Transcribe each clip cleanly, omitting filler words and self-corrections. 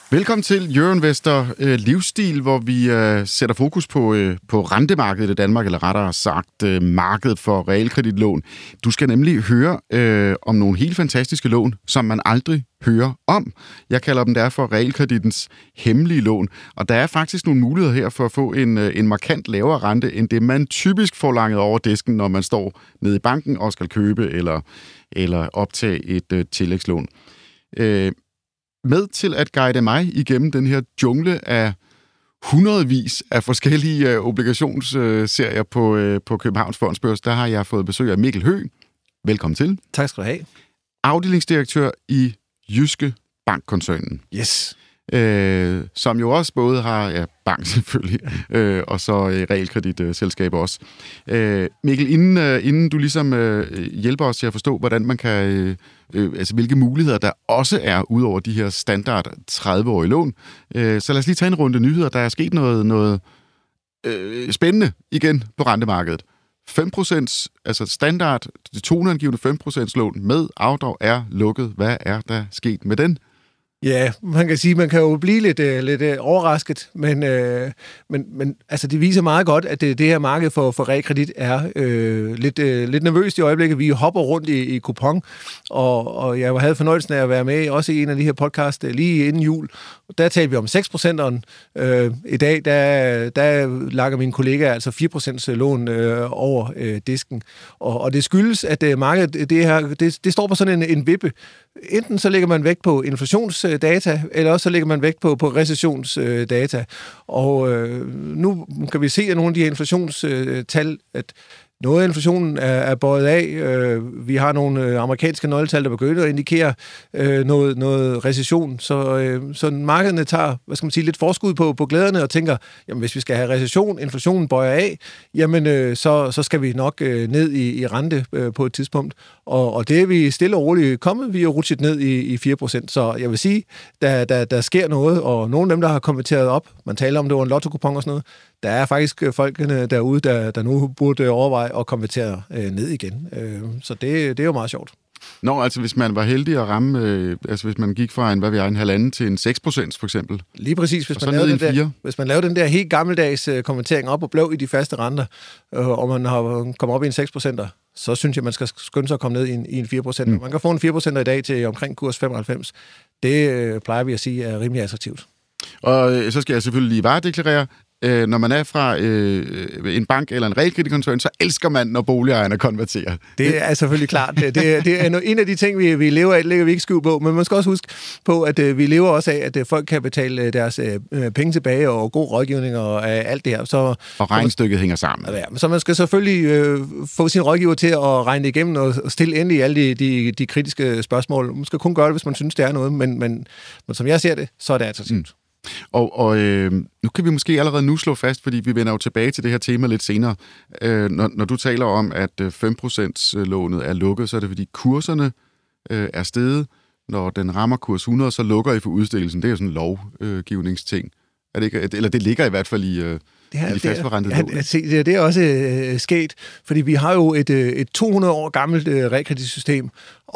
Velkommen til Euroinvestor Livsstil, hvor vi sætter fokus på rentemarkedet i Danmark, eller rettere sagt markedet for realkreditlån. Du skal nemlig høre om nogle helt fantastiske lån, som man aldrig hører om. Jeg kalder dem derfor realkreditens hemmelige lån, og der er faktisk nogle muligheder her for at få en markant lavere rente, end det man typisk får langet over disken, når man står nede i banken og skal købe eller optage et tillægslån. Med til at guide mig igennem den her jungle af hundredvis af forskellige obligationsserier på Københavns Fondsbørs, der har jeg fået besøg af Mikkel Høgh. Velkommen til. Tak skal du have. Afdelingsdirektør i Jyske Bank-koncernen. Yes. Som jo også både har bank selvfølgelig, og så realkreditselskaber også. Mikkel, inden du ligesom hjælper os til at forstå, hvordan man kan, altså hvilke muligheder der også er ud over de her standard 30-årige lån, så lad os lige tage en runde nyheder. Der er sket noget spændende igen på rentemarkedet. 5%, altså standard, det toneangivende 5% lån med afdrag er lukket. Hvad er der sket med den? Ja, man kan sige, man kan jo blive lidt overrasket, men altså det viser meget godt, at det her marked for realkredit er lidt nervøst i øjeblikket. Vi hopper rundt i kupon, og jeg havde fornøjelsen af at være med også i en af de her podcasts lige inden jul. Der talte vi om 6%'eren. I dag, der lakker mine kollegaer altså 4% lån over disken. Og det skyldes, at markedet det står på sådan en vippe. Enten så lægger man vægt på inflationsdata, eller også så lægger man vægt på recessionsdata. Og nu kan vi se af nogle af de her inflationstal, at noget af inflationen er bøjet af. Vi har nogle amerikanske nøgletal, der begynder at indikere noget recession. Så markederne tager, lidt forskud på glæderne og tænker, jamen hvis vi skal have recession, inflationen bøjer af, jamen så skal vi nok ned i rente på et tidspunkt. Og det er vi stille og roligt kommet. Vi er rutsjet ned i 4%. Så jeg vil sige, der sker noget, og nogle af dem, der har konverteret op, man taler om, det var en lotto-kupon og sådan noget, der er faktisk folkene derude, der nu burde overveje at konvertere ned igen. Så det er jo meget sjovt. Nå, altså hvis man var heldig at ramme, hvis man gik fra en 1,5 til en 6% for eksempel. Lige præcis, hvis man lavede den der helt gammeldags konvertering op og blev i de faste renter, og man har kommet op i en 6%, så synes jeg, man skal skynde sig at komme ned i en 4%. Man kan få en 4% i dag til omkring kurs 95. Det plejer vi at sige er rimelig attraktivt. Og så skal jeg selvfølgelig lige varedeklarere, når man er fra en bank eller en realkreditkoncern, så elsker man, når boligejerne konverterer. Det er selvfølgelig klart. Det er en af de ting, vi lever af, det lægger vi ikke skjul på, men man skal også huske på, at vi lever også af, at folk kan betale deres penge tilbage, og god rådgivning og alt det her. Så regnestykket hænger sammen. Ja, så man skal selvfølgelig få sin rådgiver til at regne det igennem og stille endelig alle de kritiske spørgsmål. Man skal kun gøre det, hvis man synes, det er noget, men som jeg ser det, så er det attraktivt. Og nu kan vi måske allerede nu slå fast, fordi vi vender jo tilbage til det her tema lidt senere. Når du taler om, at 5%-lånet er lukket, så er det fordi kurserne er steget. Når den rammer kurs 100, så lukker I for udstillelsen. Det er jo sådan en lovgivningsting. Er det ikke, eller det ligger i hvert fald i de fastforrentede lån. Det er også sket, fordi vi har jo et 200 år gammelt realkreditsystem,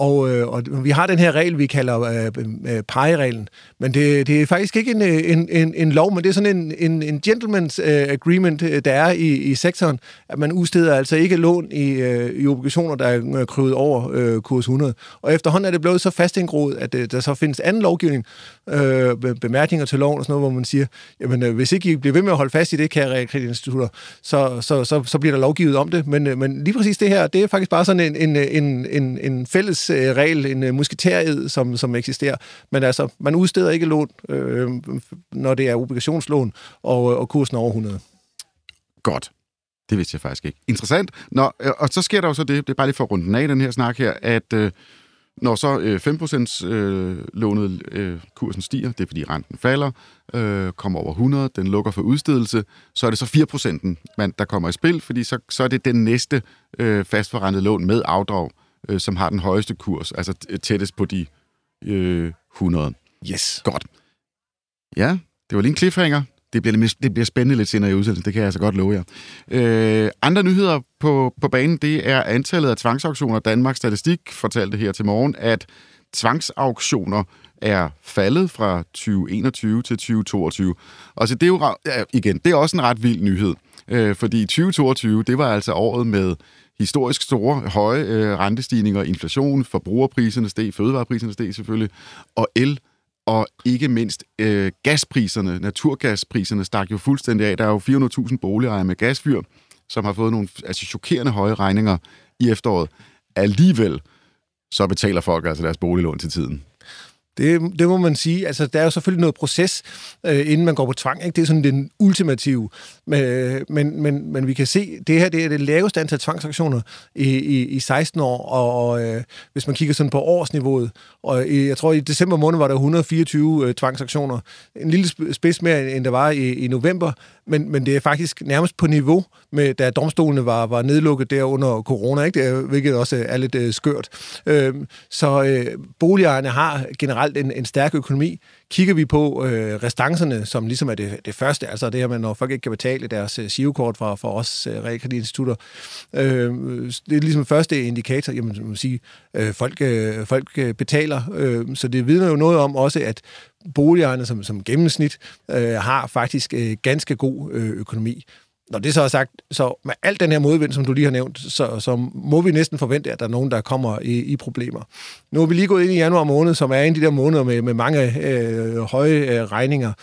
og vi har den her regel, vi kalder PAI-reglen, men det er faktisk ikke en lov, men det er sådan en gentleman's agreement, der er i sektoren, at man udsteder altså ikke lån i obligationer, der er krydet over kurs 100. Og efterhånden er det blevet så fastindgroet, at der så findes anden lovgivning, bemærkninger til loven og sådan noget, hvor man siger, jamen hvis ikke I bliver ved med at holde fast i det, kære realkreditinstitutter, så bliver der lovgivet om det. Men lige præcis det her, det er faktisk bare sådan en fælles regel, en musketæred, som eksisterer. Men altså, man udsteder ikke lån, når det er obligationslån, og kursen er over 100. Godt. Det vidste jeg faktisk ikke. Interessant. Nå, og så sker der jo så det er bare lige for at runde den af, den her snak her, at når så 5% lånet kursen stiger, det er fordi renten falder, kommer over 100, den lukker for udstedelse, så er det så 4%, der kommer i spil, fordi så er det den næste fastforrentede lån med afdrag, som har den højeste kurs, altså tættest på de 100. Yes. Godt. Ja, det var lige en cliffhanger. Det bliver spændende lidt senere i udsendelsen, det kan jeg altså godt love jer. Andre nyheder på banen, det er antallet af tvangsauktioner. Danmarks Statistik fortalte her til morgen, at tvangsauktioner er faldet fra 2021 til 2022. Og så det er jo igen, det er også en ret vild nyhed, fordi 2022, det var altså året med historisk store, høje rentestigninger, inflation, forbrugerpriserne steg, fødevarepriserne steg selvfølgelig, og el og ikke mindst gaspriserne, naturgaspriserne stak jo fuldstændig af. Der er jo 400.000 boligejere med gasfyr, som har fået nogle chokerende høje regninger i efteråret. Alligevel så betaler folk altså deres boliglån til tiden. Det må man sige. Altså, der er jo selvfølgelig noget proces, inden man går på tvang. Ikke? Det er sådan den ultimative. Men vi kan se, det her det er det laveste antal tvangsaktioner i 16 år, og hvis man kigger sådan på årsniveauet, og jeg tror i december måned var der 124 tvangsaktioner. En lille spids mere, end der var i november, men det er faktisk nærmest på niveau med, da domstolene var nedlukket der under corona, ikke? Hvilket også er lidt skørt. Så boligejerne har generelt en stærk økonomi. Kigger vi på restancerne, som ligesom er det første, altså det her med, når folk ikke kan betale deres girokort fra os realkreditinstitutter, det er ligesom første indikator, jamen man må sige, folk betaler, så det vidner jo noget om også, at boligejerne som gennemsnit har faktisk ganske god økonomi. Når det så er sagt, så med alt den her modvind, som du lige har nævnt, så må vi næsten forvente, at der er nogen, der kommer i problemer. Nu er vi lige gået ind i januar måned, som er en af de der måneder med mange høje regninger.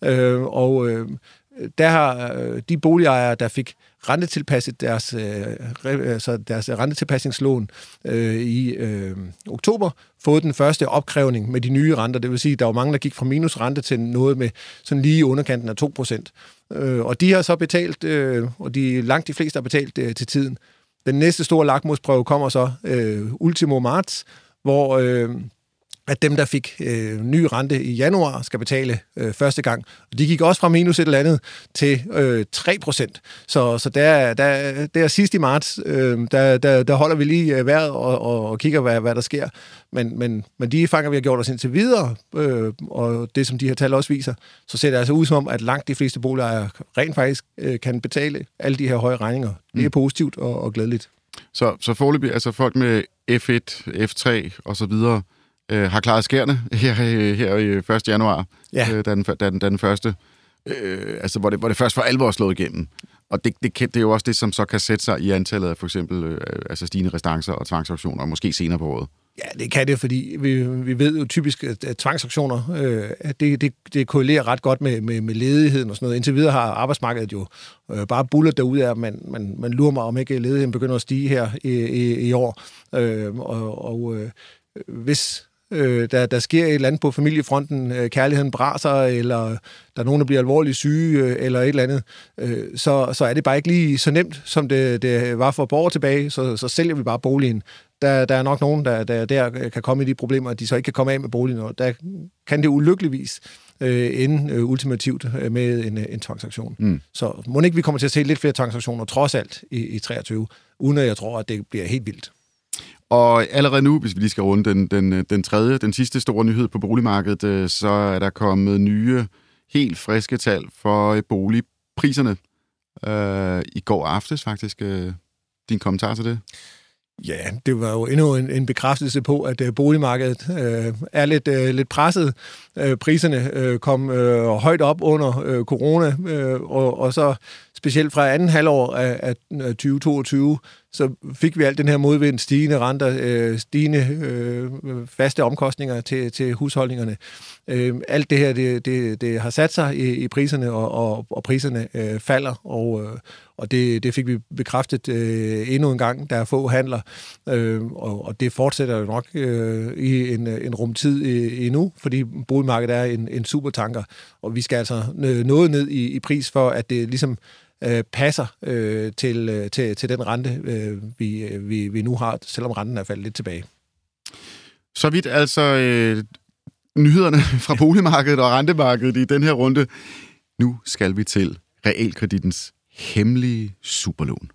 Der har de boligejere, der fik rentetilpasset deres rentetilpasningslån i oktober, fået den første opkrævning med de nye renter. Det vil sige, at der var mange, der gik fra minusrente til noget med sådan lige underkanten af 2%. Og de har så betalt, og langt de fleste har betalt til tiden. Den næste store lakmusprøve kommer så ultimo marts, hvor at dem, der fik ny rente i januar, skal betale første gang. Og de gik også fra minus et eller andet til 3%. Så der sidst i marts, der holder vi lige vejret og kigger, hvad der sker. Men de erfaringer, vi har gjort os indtil videre, og det, som de her tal også viser, så ser det altså ud som, at langt de fleste boligejere rent faktisk kan betale alle de her høje regninger. Det er positivt og glædeligt. Så foreløbig, altså folk med F1, F3 og så videre, har klaret skærene her i 1. januar, ja. Da den første, altså hvor det først for alvor slået igennem. Og det er jo også det, som så kan sætte sig i antallet af for eksempel altså stigende restancer og tvangsauktioner, og måske senere på året. Ja, det kan det, fordi vi ved jo typisk, at tvangsauktioner, at det korrelerer ret godt med ledigheden og sådan noget. Indtil videre har arbejdsmarkedet jo bare bullet derude af, man lurer mig, om ikke ledigheden begynder at stige her i år. Hvis der sker et eller andet på familiefronten, kærligheden braser, eller der er nogen, der bliver alvorligt syge, eller et eller andet, så er det bare ikke lige så nemt, som det var for et par år tilbage, så sælger vi bare boligen. Der er nok nogen, der kan komme i de problemer, at de så ikke kan komme af med boligen, og der kan det ulykkeligvis ende ultimativt med en transaktion. Så må ikke vi kommer til at se lidt flere transaktioner, trods alt, i 23, uden at jeg tror, at det bliver helt vildt. Og allerede nu, hvis vi lige skal runde den sidste store nyhed på boligmarkedet, så er der kommet nye, helt friske tal for boligpriserne. I går aftes faktisk. Din kommentar til det? Ja, det var jo endnu en bekræftelse på, at boligmarkedet er lidt presset. Priserne kom højt op under corona, og så specielt fra anden halvår af 2022, så fik vi alt den her modvind, stigende renter, stigende faste omkostninger til husholdningerne. Alt det her, det har sat sig i priserne, og priserne falder, og det fik vi bekræftet endnu en gang. Der er få handler, og det fortsætter jo nok i en rumtid endnu, fordi boligmarkedet er en supertanker, og vi skal altså noget ned i pris for, at det ligesom passer til den rente, vi nu har, selvom renten er faldet lidt tilbage. Så vidt altså nyhederne fra boligmarkedet og rentemarkedet i den her runde. Nu skal vi til realkreditens hemmelige superlån.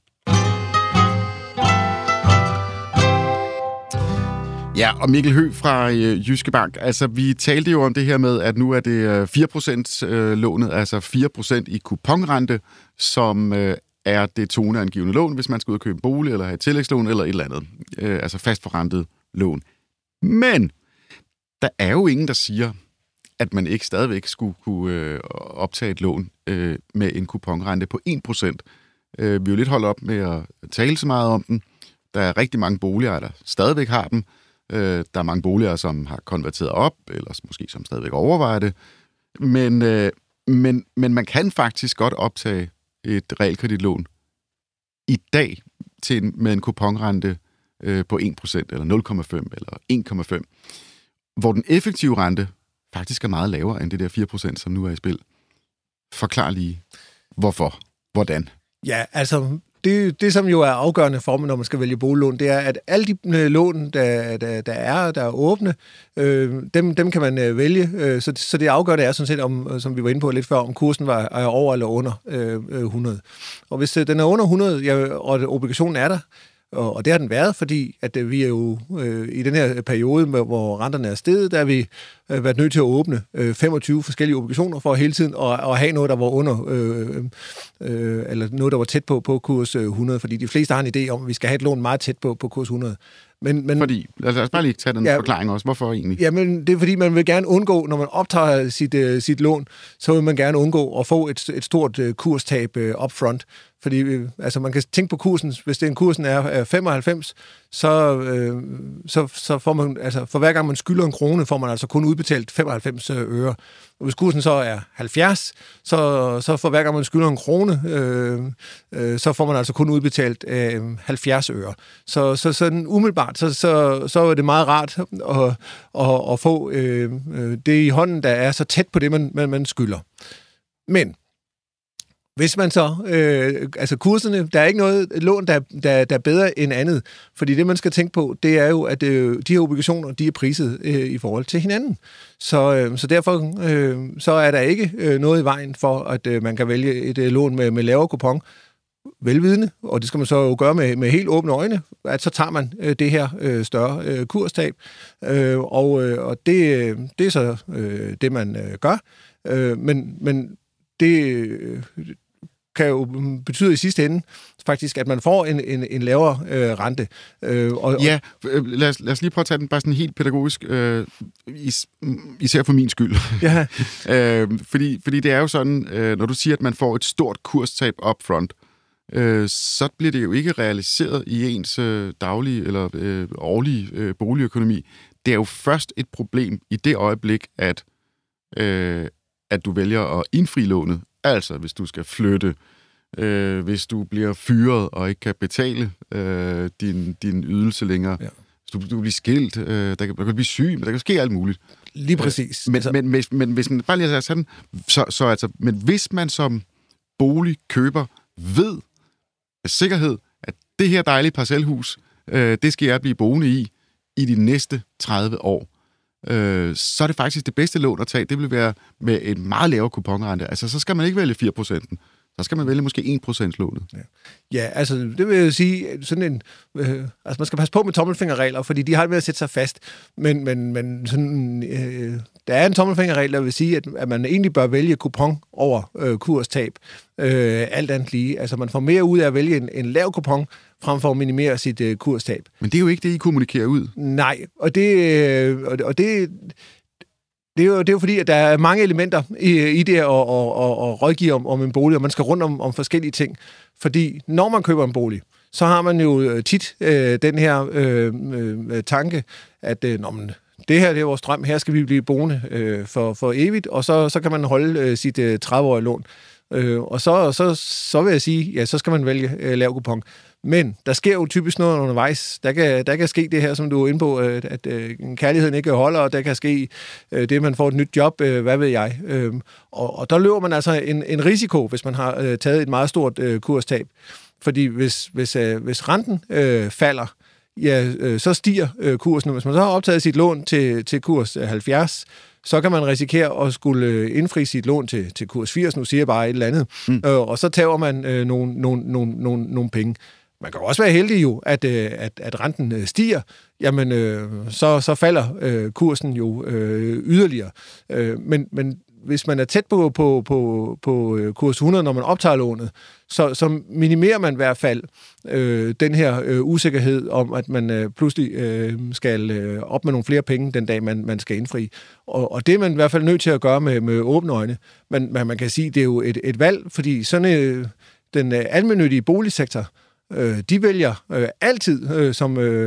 Ja, og Mikkel Høgh fra Jyske Bank. Altså, vi talte jo om det her med, at nu er det 4% lånet, altså 4% i kuponrente, som er det toneangivende lån, hvis man skal ud og købe en bolig, eller have et tillægslån, eller et eller andet. Altså fastforrentet lån. Men der er jo ingen, der siger, at man ikke stadigvæk skulle kunne optage et lån med en kuponrente på 1%. Vi er jo lidt holdt op med at tale så meget om den. Der er rigtig mange boligejere, der stadigvæk har dem. Der er mange boligejere, som har konverteret op, eller måske som stadigvæk overvejer det. Men man kan faktisk godt optage et realkreditlån i dag med en kuponrente på 1%, eller 0,5, eller 1,5, hvor den effektive rente faktisk er meget lavere end det der 4%, som nu er i spil. Forklar lige, hvorfor, hvordan. Ja, altså, det som jo er afgørende for mig, når man skal vælge boliglån, det er, at alle de lån, der er åbne, dem kan man vælge. Så det afgørende er sådan set, som vi var inde på lidt før, om kursen er over eller under 100. Og hvis den er under 100, og obligationen er der, og det har den været, fordi at vi er jo i den her periode, hvor renterne er steget, der har vi været nødt til at åbne 25 forskellige obligationer for hele tiden at have noget, der var under, eller noget, der var tæt på kurs 100, fordi de fleste har en idé om, at vi skal have et lån meget tæt på kurs 100. Men, fordi, lad os bare lige tage den forklaring også. Hvorfor egentlig? Jamen, det er fordi, man vil gerne undgå, når man optager sit lån, så vil man gerne undgå at få et stort kurstab upfront. Fordi altså, man kan tænke på kursen, hvis kursen er 95, så får man, altså for hver gang man skylder en krone, får man altså kun udbetalt 95 øre. Og hvis kursen så er 70, så for hver gang man skylder en krone, så får man altså kun udbetalt 70 øre. Så sådan umiddelbart, så er det meget rart at få det i hånden, der er så tæt på det, man skylder. Men hvis man så, altså kurserne, der er ikke noget lån, der er bedre end andet, fordi det, man skal tænke på, det er jo, at de her obligationer, de er priset i forhold til hinanden. Så derfor så er der ikke noget i vejen for, at man kan vælge et lån med lavere kupon, velvidende, og det skal man så jo gøre med helt åbne øjne, at så tager man det her større kurstab, og det er så det, man gør. Men det kan jo betyde i sidste ende faktisk, at man får en lavere rente. Ja, lad os lige prøve at tage den bare sådan helt pædagogisk, især for min skyld. Ja. Fordi det er jo sådan, når du siger, at man får et stort kurstab upfront, så bliver det jo ikke realiseret i ens daglige eller årlige boligøkonomi. Det er jo først et problem i det øjeblik, at du vælger at indfri lånet. Altså, hvis du skal flytte, hvis du bliver fyret og ikke kan betale din ydelse længere. Ja. Hvis du bliver skilt, der kan blive syg, men der kan ske alt muligt. Lige præcis. Men hvis man bare lige sådan, så altså, men hvis man som boligkøber ved af sikkerhed, at det her dejlige parcelhus, det skal jeg blive boende i de næste 30 år, så er det faktisk det bedste lån at tage. Det vil være med et meget lavere kuponrente. Altså, så skal man ikke vælge 4%. Så skal man vælge måske 1% lånet. Ja, altså, det vil jeg sige, sådan en... altså, man skal passe på med tommelfingerregler, fordi de har det med at sætte sig fast. Men sådan, der er en tommelfingerregel, der vil sige, at man egentlig bør vælge kupon over kurstab. Alt andet lige. Altså, man får mere ud af at vælge en lav kupon, frem for at minimere sit kurstab. Men det er jo ikke det, I kommunikerer ud. Nej, og det er jo fordi, at der er mange elementer i det at rådgive om en bolig, og man skal rundt om forskellige ting. Fordi når man køber en bolig, så har man jo tit den her tanke, at det her det er vores drøm, her skal vi blive boende for evigt, og så kan man holde sit 30-årige lån. Og så vil jeg sige, ja, så skal man vælge lav kupon. Men der sker jo typisk noget undervejs. Der kan ske det her, som du er inde på, at kærligheden ikke holder, og der kan ske det, man får et nyt job, hvad ved jeg. Og der løber man altså en risiko, hvis man har taget et meget stort kurstab. Fordi hvis renten falder, ja, så stiger kursen. Hvis man så har optaget sit lån til kurs 70, så kan man risikere at skulle indfri sit lån til kurs 80, nu siger jeg bare et eller andet, og så tager man nogle penge. Man kan også være heldig jo, at renten stiger, jamen så falder kursen jo yderligere. Men hvis man er tæt på kurs 100, når man optager lånet, så minimerer man i hvert fald den her usikkerhed om, at man pludselig skal op med nogle flere penge den dag, man skal indfri. Og det er man i hvert fald nødt til at gøre med åbne øjne. Men man kan sige, det er jo et valg, fordi sådan den almennyttige boligsektor, de vælger altid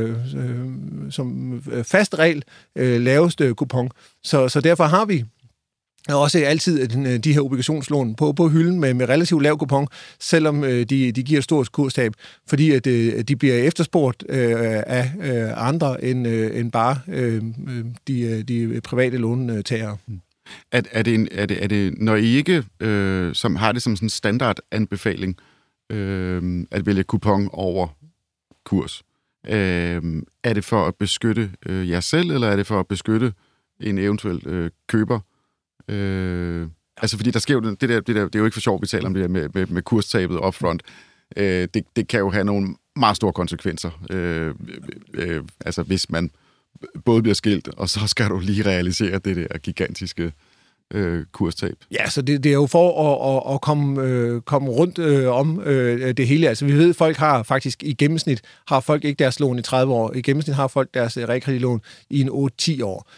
som fast regel laveste kupon. Så derfor har vi også altid de her obligationslån på hylden med relativt lav kupon, selvom de giver et stort kurstab, fordi at de bliver efterspurgt af andre end bare de private låntagere. Er det når I ikke som har det som sådan en standardanbefaling at vælge kupon over kurs, er det for at beskytte jer selv, eller er det for at beskytte en eventuel køber? Altså fordi der sker jo det der, det er jo ikke for sjovt, vi taler om det der med kurstabet upfront. Det kan jo have nogle meget store konsekvenser. Altså hvis man både bliver skilt, og så skal du lige realisere det der gigantiske kurstab. Ja, så det er jo for at komme rundt om det hele. Altså vi ved, at folk har faktisk i gennemsnit, har folk ikke deres lån i 30 år. I gennemsnit har folk deres realkreditlån i en 8-10 år.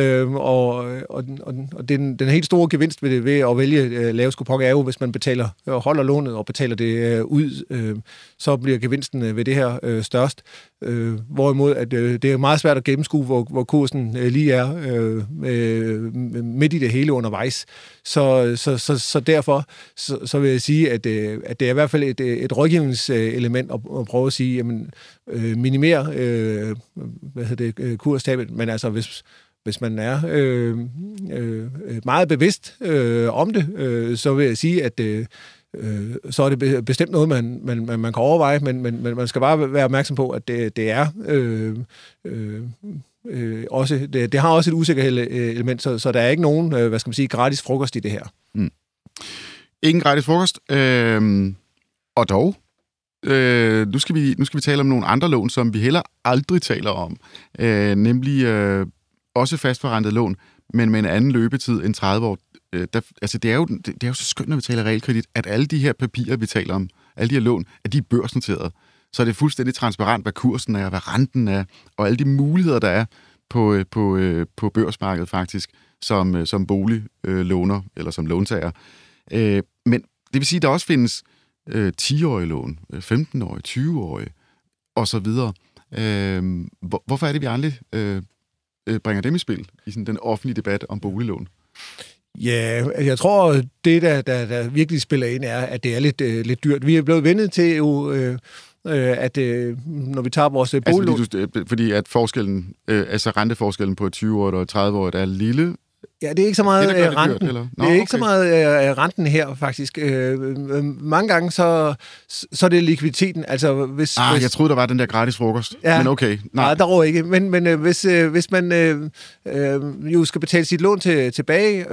Og den helt store gevinst ved at vælge lavest kupon er jo, hvis man holder lånet og betaler det ud, så bliver gevinsten ved det her størst. Hvorimod at det er meget svært at gennemskue, hvor kursen lige er midt i det hele undervejs. Så derfor så vil jeg sige, at det er i hvert fald et rådgivningselement at prøve at sige, jamen, minimere kurstabet, men altså hvis man er meget bevidst om det, så vil jeg sige, at så er det bestemt noget, man kan overveje, men man skal bare være opmærksom på, at det er også det har også et usikkerhedselement, så der er ikke nogen, gratis frokost i det her. Mm. Ingen gratis frokost. Og dog, nu skal vi tale om nogle andre lån, som vi heller aldrig taler om, nemlig også fastforrentet lån, men med en anden løbetid end 30 år. Det er jo så skønt, når vi taler realkredit, at alle de her papirer, vi taler om, alle de her lån, at de er børsnoterede. Så er det fuldstændig transparent, hvad kursen er, hvad renten er, og alle de muligheder, der er på børsmarkedet faktisk, som boliglåner eller som låntager. Men det vil sige, at der også findes 10-årige lån, 15-årige, 20-årige osv. Hvorfor er det, vi aldrig bringer dem i spil i sådan den offentlige debat om boliglån? Ja, jeg tror, det, der virkelig spiller ind, er, at det er lidt dyrt. Vi er blevet vendet til jo, at når vi tager vores boliglån... Altså, fordi at forskellen, altså renteforskellen på 20 år og 30 år, der er lille... Ja, det er ikke så meget renten. Dyrt, det er ikke så meget renten her, faktisk. Mange gange, så er det likviditeten. Altså, hvis jeg troede, der var den der gratis frokost. Ja, men okay. Nej, der rår ikke. Men hvis man jo skal betale sit lån tilbage,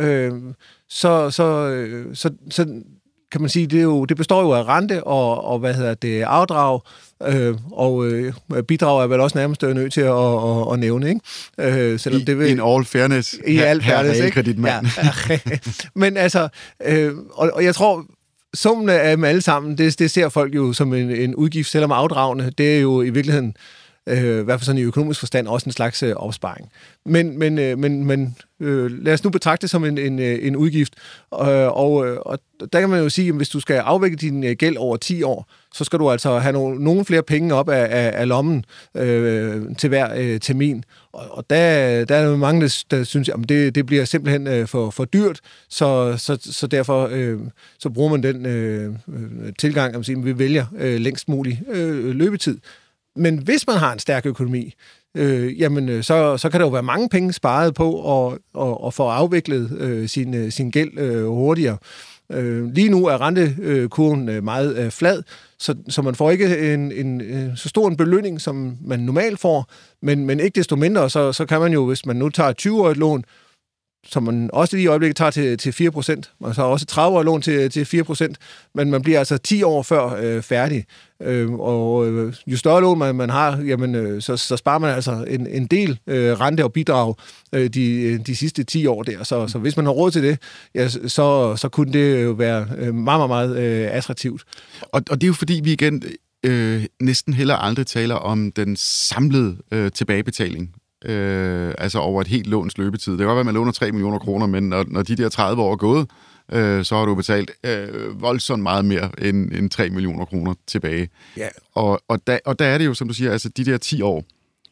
så kan man sige, det består jo af rente og afdrag, og bidrag er vel også nærmest nødt til at nævne, ikke? Selvom det vil, in all fairness. I al fairness, realkreditmand. Ja. Men altså, og jeg tror, summen af dem alle sammen, det ser folk jo som en udgift, selvom afdragene, det er jo i virkeligheden, i hvert fald sådan i økonomisk forstand, også en slags opsparing. Men lad os nu betragte det som en udgift. Og der kan man jo sige, at hvis du skal afvikle din gæld over 10 år, så skal du altså have nogle flere penge op af lommen til hver termin. Og der er jo mange, der synes, at det bliver simpelthen for dyrt, så derfor så bruger man den tilgang, at vi vælger længst mulig løbetid. Men hvis man har en stærk økonomi, jamen så kan der jo være mange penge sparet på at få afviklet sin gæld hurtigere. Lige nu er rentekurven meget flad, så man får ikke en så stor en belønning, som man normalt får, men ikke desto mindre, så kan man jo, hvis man nu tager 20-årigt lån, som man også lige i øjeblikket tager til 4%. Man har også 30-årige lån til 4%, men man bliver altså 10 år før færdig. Jo større lån man har, jamen, så sparer man altså en del rente og bidrag de sidste 10 år der. Så hvis man har råd til det, ja, så kunne det jo være meget, meget, meget attraktivt. Og det er jo fordi, vi igen næsten heller aldrig taler om den samlede tilbagebetaling. Altså over et helt låns løbetid. Det kan godt være, at man låner 3 millioner kroner, men når de der 30 år er gået, så har du betalt voldsomt meget mere end 3 millioner kroner tilbage. Ja. Og der er det jo, som du siger, altså de der 10 år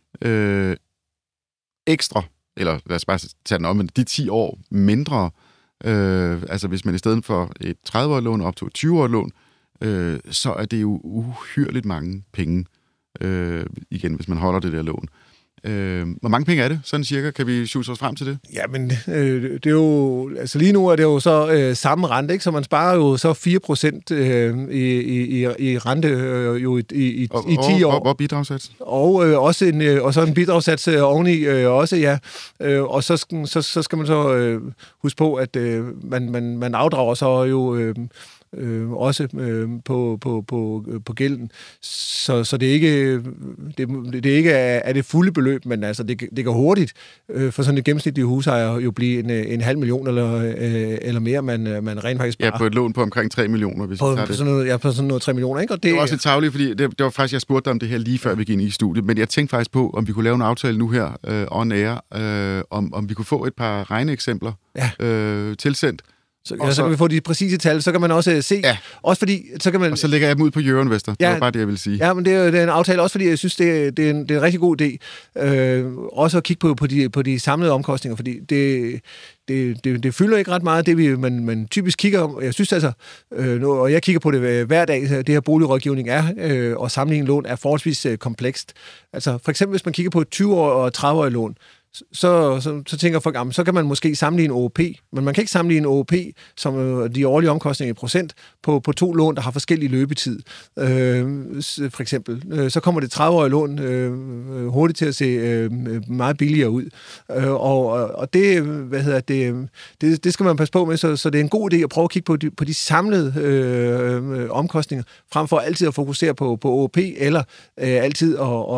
ekstra, eller lad os bare tage den om, men de 10 år mindre, altså hvis man i stedet for et 30-årigt lån op til et 20-årigt lån, så er det jo uhyrligt mange penge, igen, hvis man holder det der lån. Hvor mange penge er det, sådan cirka? Kan vi sjuse os frem til det? Ja, men det er jo... Altså lige nu er det jo så samme rente, ikke? Så man sparer jo så 4% i rente jo i 10 år. Og bidragssats? Og også en bidragssats oveni også, ja. Og så skal man så huske på, at man afdrager så jo... også på gælden. Så det er ikke er det fulde beløb, men altså det kan hurtigt for sådan et gennemsnitligt husejer jo blive en halv million eller mere, man rent faktisk sparer. Ja, på et lån på omkring 3 millioner, hvis på, på sådan noget, ja, på sådan noget 3 millioner, ikke? Og det var også lidt tarveligt, fordi det var faktisk, jeg spurgte dig om det her lige før vi gik ind i studiet, men jeg tænkte faktisk på, om vi kunne lave en aftale nu her on air, om vi kunne få et par regneeksempler tilsendt. Så kan vi få de præcise tal, så kan man også se. Ja. Også fordi, så kan man... Og så lægger jeg dem ud på Euroinvestor. Det var bare det, jeg ville sige. Ja, men det er en aftale, også fordi jeg synes, det er en rigtig god idé. Også at kigge på de samlede omkostninger, fordi det fylder ikke ret meget, det man typisk kigger om. Jeg synes altså, og jeg kigger på det hver dag, det her boligrådgivning er, og sammenligning lån er forholdsvis komplekst. Altså for eksempel, hvis man kigger på et 20-årig og 30-årig lån, så tænker folk, jamen, så kan man måske sammenligne OOP, men man kan ikke sammenligne OOP som de årlige omkostninger i procent på to lån, der har forskellig løbetid. For eksempel, så kommer det 30-årige lån hurtigt til at se meget billigere ud. Og det, det skal man passe på med, så det er en god idé at prøve at kigge på de samlede omkostninger, frem for altid at fokusere på OOP, eller altid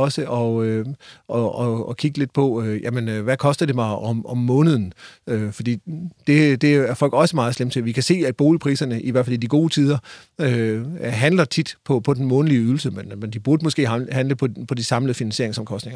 og kigge lidt på, jamen, hvad koster det mig om måneden? Fordi det er folk også meget slemt til. Vi kan se, at boligpriserne, i hvert fald i de gode tider, handler tit på den månedlige ydelse, men de burde måske handle på de samlede finansieringsomkostninger.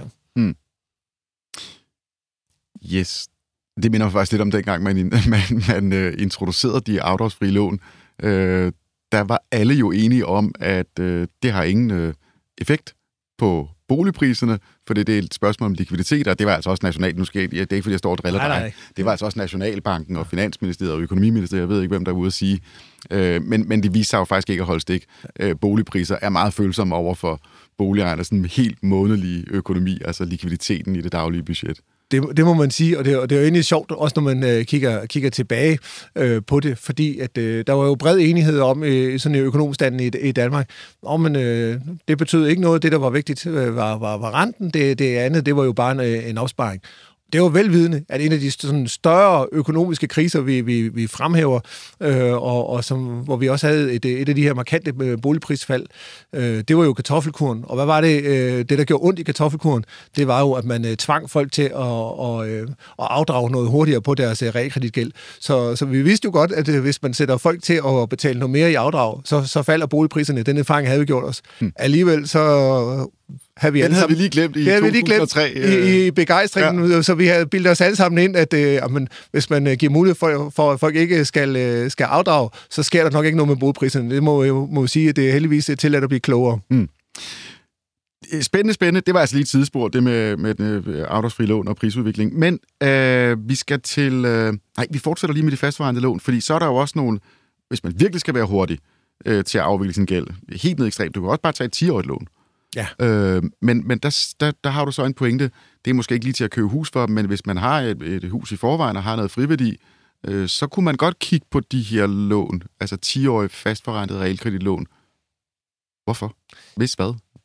Yes. Det minder faktisk lidt om dengang, man introducerede de afdragsfrie lån. Der var alle jo enige om, at det har ingen effekt på boligpriserne, for det er et spørgsmål om likviditet, og det var altså også nationalt. Nu skal det er ikke, fordi jeg står og driller dig. Det var altså også Nationalbanken og Finansministeriet og Økonomiministeriet, jeg ved ikke, hvem der er ude at sige. Men det viser sig jo faktisk ikke at holde stik. Boligpriser er meget følsomme over for boligejerne, sådan en helt månedlig økonomi, altså likviditeten i det daglige budget. Det må man sige, og det er jo egentlig sjovt, også når man kigger tilbage på det, fordi at der var jo bred enighed om sådan en økonomstanden i Danmark. Men det betød ikke noget. Det, der var vigtigt, var renten. Det andet, det var jo bare en opsparing. Det er jo velvidende, at en af de sådan større økonomiske kriser, vi fremhæver, og hvor vi også havde et af de her markante boligprisfald, det var jo kartoffelkuren. Og hvad var det, der gjorde ondt i kartoffelkuren? Det var jo, at man tvang folk til at afdrage noget hurtigere på deres realkreditgæld. Så vi vidste jo godt, at hvis man sætter folk til at betale noget mere i afdrag, så falder boligpriserne. Den erfaring havde vi gjort os. Alligevel så... Den havde vi lige glemt i 2003. I begejstringen, ja. Så vi havde bildet os alle sammen ind, at hvis man giver mulighed for, at folk ikke skal afdrage, så sker der nok ikke noget med boligpriserne. Det må sige, at det er heldigvis tilladt at blive klogere. Spændende. Det var altså lige et sidespor, det med afdragsfri lån og prisudvikling. Men vi skal til... vi fortsætter lige med de fastforrentede lån, fordi så er der jo også nogle... Hvis man virkelig skal være hurtig til at afvikle sin gæld, helt ned ekstremt, du kan også bare tage et 10-årigt lån. Ja. Men der har du så en pointe. Det er måske ikke lige til at købe hus for, men hvis man har et hus i forvejen og har noget friværdi, så kunne man godt kigge på de her lån, altså 10-årige fastforrentede realkreditlån. Hvorfor? Hvis hvad?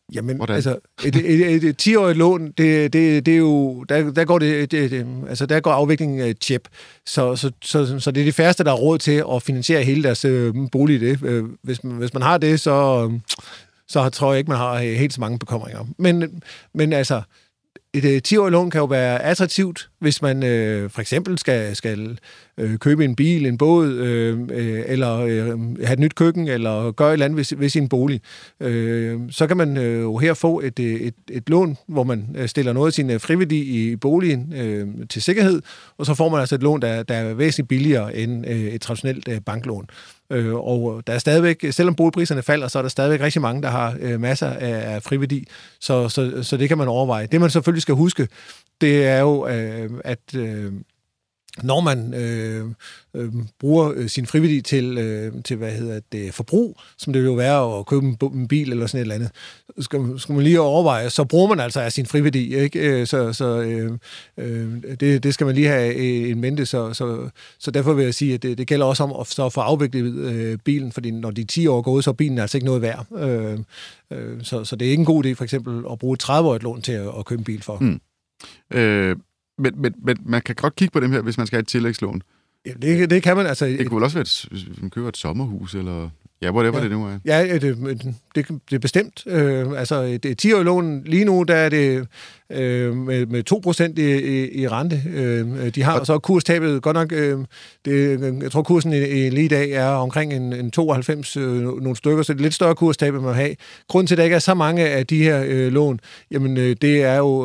Jamen, hvordan? altså, et 10-årigt lån, det er jo, der går altså der går afviklingen tjep. Så det er de færreste, der har råd til at finansiere hele deres bolig det. Hvis man har det, så tror jeg ikke, man har helt så mange bekymringer. Men altså, et 10-årigt lån kan jo være attraktivt, hvis man for eksempel skal købe en bil, en båd, eller have et nyt køkken, eller gøre et eller andet ved sin bolig. Så kan man jo her få et lån, hvor man stiller noget af sin friværdi i boligen til sikkerhed, og så får man altså et lån, der er væsentligt billigere end et traditionelt banklån. Og der er stadigvæk, selvom boligpriserne falder, så er der stadigvæk rigtig mange, der har masser af friværdi, så det kan man overveje. Det man selvfølgelig skal huske, det er jo, at når man bruger sin friværdi til forbrug, som det vil jo være at købe en bil eller sådan et eller andet, skal man lige overveje, så bruger man altså af sin friværdi, ikke? Det skal man lige have en mente, så derfor vil jeg sige, at det gælder også om at få afviklet bilen, fordi når de 10 år går ud, så er bilen altså ikke noget værd. Så det er ikke en god idé, for eksempel, at bruge et 30-årigt lån til at købe en bil for. Men man kan godt kigge på dem her, hvis man skal have et tillægslån. Ja, det kan man altså. Det kunne vel også være, hvis man køber et sommerhus, eller whatever det nu er. Ja, det er bestemt. Altså, et 10-årigt lån, lige nu, der er det med 2% i rente. De har så kurstabet, godt nok, jeg tror kursen lige i dag er omkring en 92 nogle stykker, så det er lidt større kurstab, man have. Grunden til, at der ikke er så mange af de her lån, jamen det er jo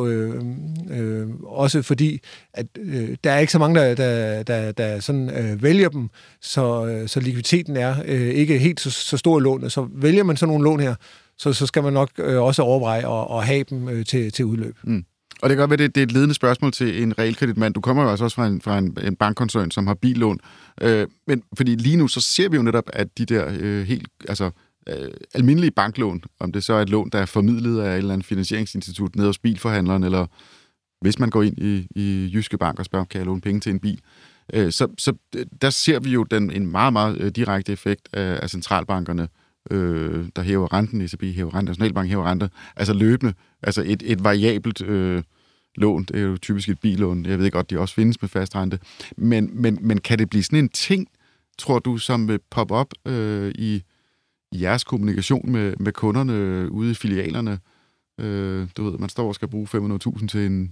også fordi, at der er ikke så mange, der sådan vælger dem, så likviditeten er ikke helt så stor lån. Så vælger man sådan nogle lån her, så skal man nok også overveje at have dem til udløb. Mm. Og det kan godt være, det er et ledende spørgsmål til en realkreditmand. Du kommer jo også fra en bankkoncern, som har billån. Men fordi lige nu, så ser vi jo netop, at de der almindelige banklån, om det så er et lån, der er formidlet af et eller andet finansieringsinstitut nede hos bilforhandleren, eller hvis man går ind i Jyske Bank og spørger, kan jeg låne penge til en bil? Så der ser vi jo en meget, meget direkte effekt af centralbankerne, der hæver renten, ECB hæver renten, Nationalbank hæver renter, altså løbende, altså et variabelt lån, det er jo typisk et billån, jeg ved godt, de også findes med fast rente, men kan det blive sådan en ting, tror du, som vil poppe op i jeres kommunikation med kunderne ude i filialerne? Du ved, man står og skal bruge 500.000 til en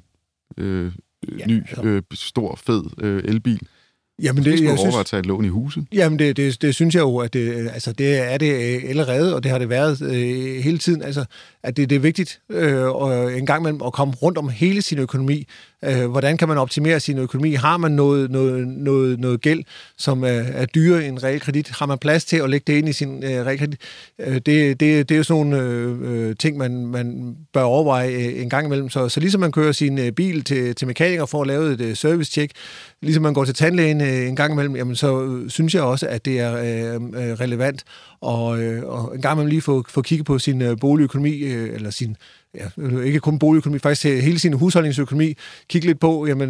ny, stor, fed elbil. Jamen det, jeg synes, at tage et lån i huset. Jamen det synes jeg jo, at det er det allerede, og det har det været hele tiden. Altså, at det er vigtigt en gang imellem at komme rundt om hele sin økonomi. Hvordan kan man optimere sin økonomi? Har man noget gæld, som er dyrere end realkredit? Har man plads til at lægge det ind i sin realkredit? Det er jo sådan nogle ting, man bør overveje en gang imellem. Så ligesom man kører sin bil til mekaniker for at lave et service-check, ligesom man går til tandlægen en gang imellem, jamen, så synes jeg også, at det er relevant og en gang imellem lige få kigget på sin boligøkonomi, eller sin, ikke kun boligøkonomi, faktisk hele sin husholdningsøkonomi, kigge lidt på, jamen,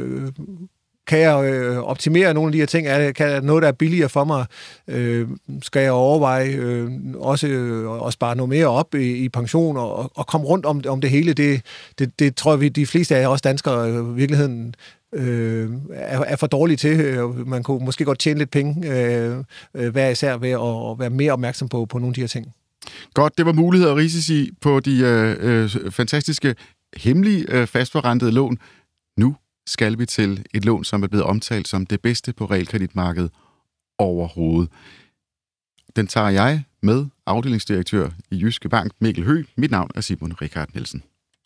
kan jeg optimere nogle af de her ting? Kan der noget, der er billigere for mig? Skal jeg overveje også at spare noget mere op i pension og komme rundt om det hele? Det tror jeg, de fleste af os danskere i virkeligheden er for dårlige til. Man kunne måske godt tjene lidt penge hver især ved at være mere opmærksom på nogle af de her ting. Godt, det var muligheder og risici på de fantastiske, hemmelige fastforrentede lån. Nu skal vi til et lån, som er blevet omtalt som det bedste på realkreditmarkedet overhovedet. Den tager jeg med afdelingsdirektør i Jyske Bank, Mikkel Høgh. Mit navn er Simon Richard Nielsen.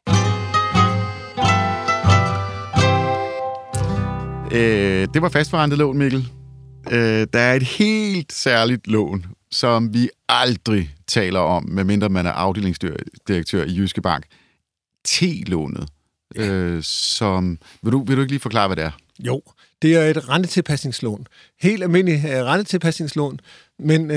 Det var fastforrentet lån, Mikkel. Der er et helt særligt lån, som vi aldrig taler om, medmindre man er afdelingsdirektør i Jyske Bank. T-lånet. Som vil du ikke lige forklare, hvad det er? Jo, det er et rentetilpasningslån. Helt almindelig rentetilpasningslån, men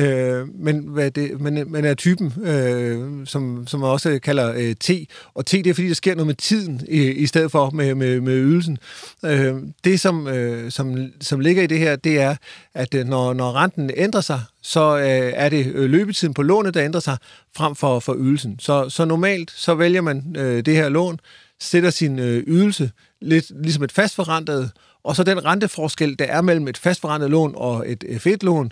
er typen, som man også kalder T. Og T, det er fordi, der sker noget med tiden i stedet for med ydelsen. Det, som ligger i det her, det er, at når renten ændrer sig, så er det løbetiden på lånet, der ændrer sig, frem for ydelsen. Så normalt, så vælger man det her lån, sætter sin ydelse lidt ligesom et fastforrentet, og så den renteforskel, der er mellem et fastforrentet lån og et F1-lån,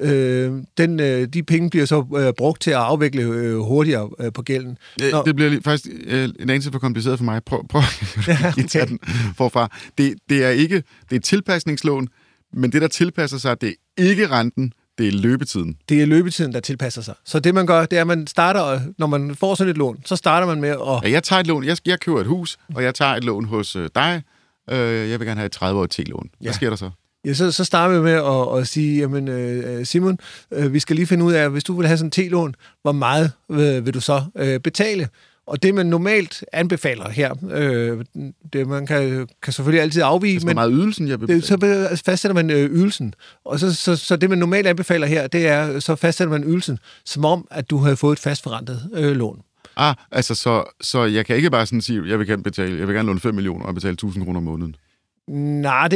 de penge bliver så brugt til at afvikle hurtigere på gælden. Det bliver faktisk en anelse for kompliceret for mig. Prøv at tage den forfra. Det er et tilpasningslån, men det, der tilpasser sig, det er ikke renten, det er løbetiden. Det er løbetiden, der tilpasser sig. Så det, man gør, det er, at man starter, når man får sådan et lån, så starter man med at... Ja, jeg tager et lån. Jeg køber et hus, og jeg tager et lån hos dig. Jeg vil gerne have et 30-årigt T-lån. Hvad sker der så? Ja, så starter vi med at sige, jamen Simon, vi skal lige finde ud af, hvis du vil have sådan et T-lån, hvor meget vil du så betale? Og det, man normalt anbefaler her, det man kan selvfølgelig altid afvige, altså, men hvor meget ydelsen jeg betaler? Så fastsætter man ydelsen. Og så det, man normalt anbefaler her, det er, så fastsætter man ydelsen, som om, at du havde fået et fastforrentet lån. Altså, så jeg kan ikke bare sådan sige, jeg vil gerne låne 5 millioner og betale 1.000 kroner om måneden. Nej,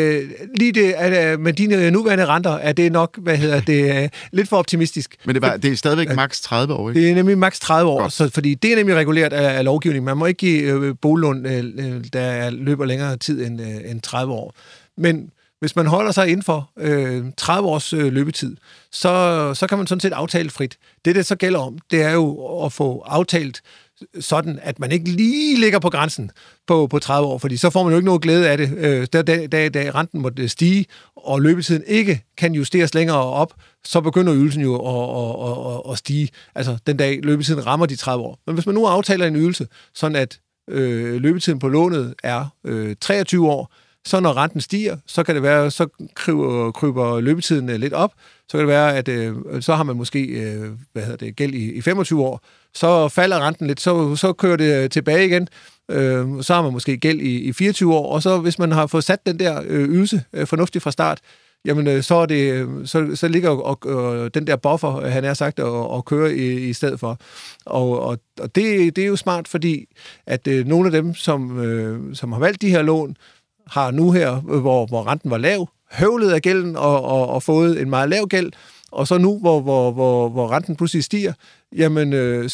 med dine nuværende renter er det nok, lidt for optimistisk. Men det er stadigvæk maks 30 år, ikke? Det er nemlig maks 30 år, fordi det er nemlig reguleret af lovgivning. Man må ikke give boliglån, der løber længere tid end 30 år. Men hvis man holder sig inden for 30 års løbetid, så kan man sådan set aftale frit. Det så gælder om, det er jo at få aftalt sådan, at man ikke lige ligger på grænsen på 30 år, fordi så får man jo ikke noget glæde af det. Da renten måtte stige, og løbetiden ikke kan justeres længere op, så begynder ydelsen jo at stige. Altså den dag løbetiden rammer de 30 år. Men hvis man nu aftaler en ydelse, sådan at løbetiden på lånet er 23 år, så når renten stiger, så kan det være, så kryber løbetiden lidt op. Så kan det være, at så har man måske gæld i 25 år. Så falder renten lidt, så kører det tilbage igen. Så har man måske gæld i 24 år. Og så hvis man har fået sat den der ydelse fornuftigt fra start, jamen så ligger den der buffer, han har sagt, og kører i stedet for. Og det er jo smart, fordi at nogle af dem, som har valgt de her lån, har nu her, hvor renten var lav, høvlet af gælden og fået en meget lav gæld, og så nu, hvor renten pludselig stiger, jamen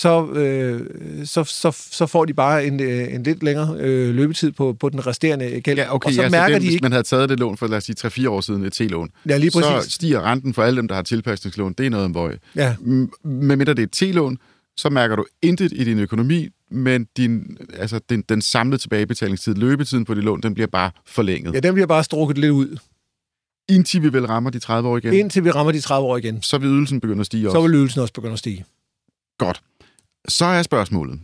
så får de bare en lidt længere løbetid på den resterende gæld. Ja, okay, og så mærker de ikke... Hvis man havde taget det lån for, lad os sige, 3-4 år siden, et T-lån, ja, lige præcis. Så stiger renten for alle dem, der har tilpasningslån. Det er noget om vøj. Ja. Medmindre det er et T-lån, så mærker du intet i din økonomi, men den samlede tilbagebetalingstid, løbetiden på dit lån, den bliver bare forlænget. Ja, den bliver bare strukket lidt ud. Indtil vi vel rammer de 30 år igen? Indtil vi rammer de 30 år igen. Så vil ydelsen begynde at stige også? Så vil ydelsen også begynde at stige. Godt. Så er spørgsmålet.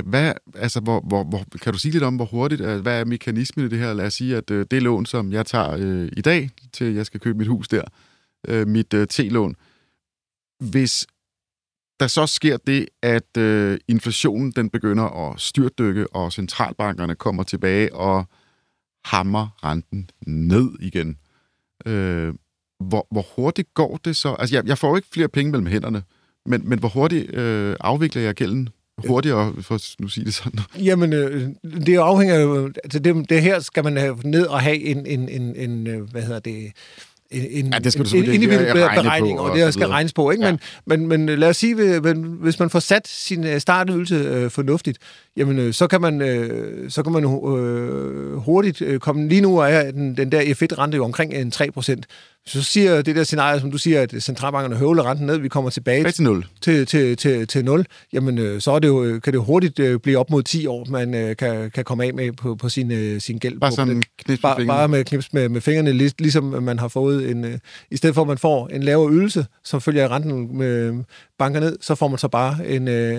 Kan du sige lidt om, hvor hurtigt, hvad er mekanismen i det her? Lad os sige, at det lån, som jeg tager i dag, til jeg skal købe mit hus der, mit T-lån, hvis der så sker det, at inflationen den begynder at styrtdykke, og centralbankerne kommer tilbage og hammer renten ned igen. Hvor hurtigt går det så? Altså, jeg får jo ikke flere penge mellem hænderne, men hvor hurtigt afvikler jeg gælden? Hurtigere, for at nu sige det sådan. Jamen, det afhænger jo... Altså, det her skal man have ned og have en individuel beregning, og det skal regnes på, ikke? Ja. Men lad os sige, hvis man får sat sin startydelse fornuftigt, jamen så kan man hurtigt komme. Lige nu er den der F1-rente jo omkring 3%. Så siger det der scenarie, som du siger, at centralbankerne høvler renten ned, vi kommer tilbage til 0. Til 0, jamen så er det jo, kan det hurtigt blive op mod 10 år, man kan komme af med på sin gæld. Bare sådan bare med knips med fingrene, ligesom man har fået i stedet for at man får en lavere ydelse, som følger af renten med banker ned, så får man så bare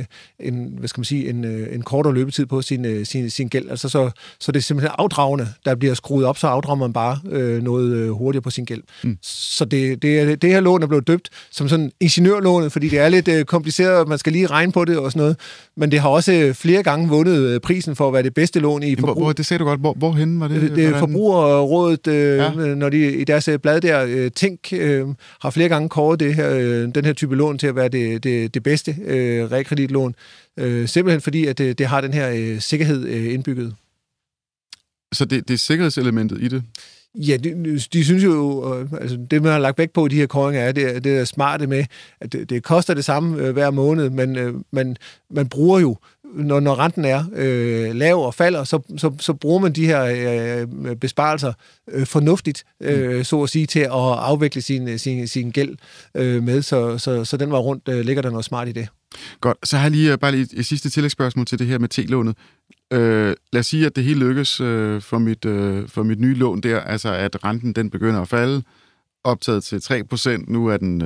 en kortere løbetid på sin gæld. Altså så det er simpelthen afdragende, der bliver skruet op, så afdrager man bare noget hurtigere på sin gæld. Så det her lån er blevet døbt som sådan ingeniørlånet, fordi det er lidt kompliceret, og man skal lige regne på det og sådan noget. Men det har også flere gange vundet prisen for at være det bedste lån i forbrug. Det sagde du godt. Hvorhen var det? Det er Forbrugerrådet, når de i deres blad der, Tænk, har flere gange kåret den her type lån til at være det bedste realkreditlån. Simpelthen fordi, at det har den her sikkerhed indbygget. Så det er sikkerhedselementet i det? Ja, de synes jo, altså det man har lagt vægt på i de her kåringer er det er smarte med, at det koster det samme hver måned, men man bruger jo, når renten er lav og falder, så bruger man de her besparelser fornuftigt, så at sige, til at afvikle sin gæld med, så den var rundt, ligger der noget smart i det. Godt, så har jeg bare lige et sidste tillægsspørgsmål til det her med T-lånet. Lad os sige, at det hele lykkes for mit nye lån der, altså at renten den begynder at falde, optaget til 3%, nu er den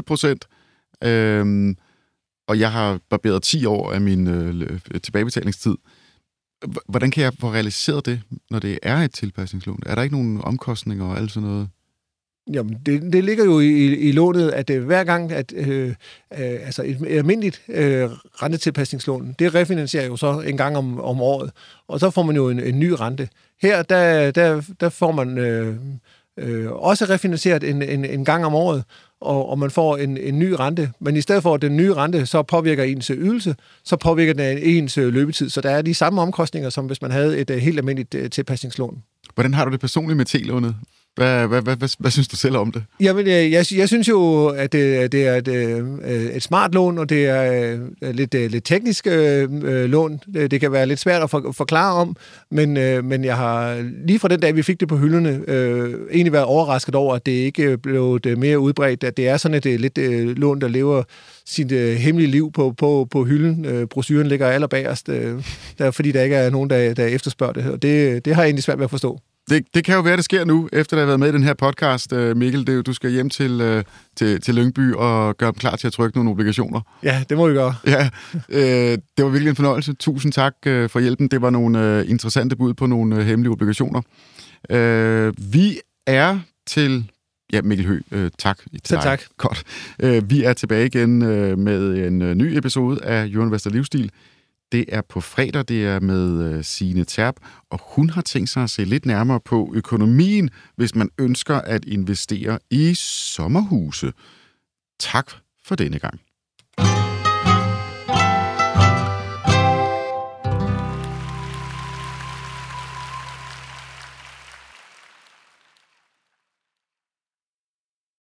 0%, og jeg har barberet 10 år af min tilbagebetalingstid. Hvordan kan jeg få realiseret det, når det er et tilpasningslån? Er der ikke nogen omkostninger og alt sådan noget? Jamen, det ligger jo i lånet, at hver gang, at altså et almindeligt rentetilpasningslån, det refinansierer jo så en gang om året, og så får man jo en ny rente. Her, der får man også refinansieret en gang om året, og man får en ny rente. Men i stedet for, at den nye rente så påvirker ens ydelse, så påvirker den ens løbetid. Så der er de samme omkostninger, som hvis man havde et helt almindeligt tilpasningslån. Hvordan har du det personligt med T-lånet? Hvad synes du selv om det? Jamen, jeg synes jo, at det er et smart lån, og det er lidt teknisk lån. Det kan være lidt svært at forklare om, men jeg har lige fra den dag, vi fik det på hylderne, egentlig været overrasket over, at det ikke blev mere udbredt, at det er sådan et lidt lån, der lever sit hemmelige liv på hylden. Brochuren ligger allerbagerst, fordi der ikke er nogen, der efterspørger det, og det har jeg egentlig svært ved at forstå. Det kan jo være, det sker nu, efter at have været med i den her podcast, Mikkel. Du skal hjem til Lyngby og gøre dem klar til at trykke nogle obligationer. Ja, det må vi gøre. Ja, det var virkelig en fornøjelse. Tusind tak for hjælpen. Det var nogle interessante bud på nogle hemmelige obligationer. Vi er til... Ja, Mikkel Høgh, tak til dig. Tak. Godt. Vi er tilbage igen med en ny episode af Jørgen Vester Livsstil. Det er på fredag, det er med Signe Terp, og hun har tænkt sig at se lidt nærmere på økonomien, hvis man ønsker at investere i sommerhuse. Tak for denne gang.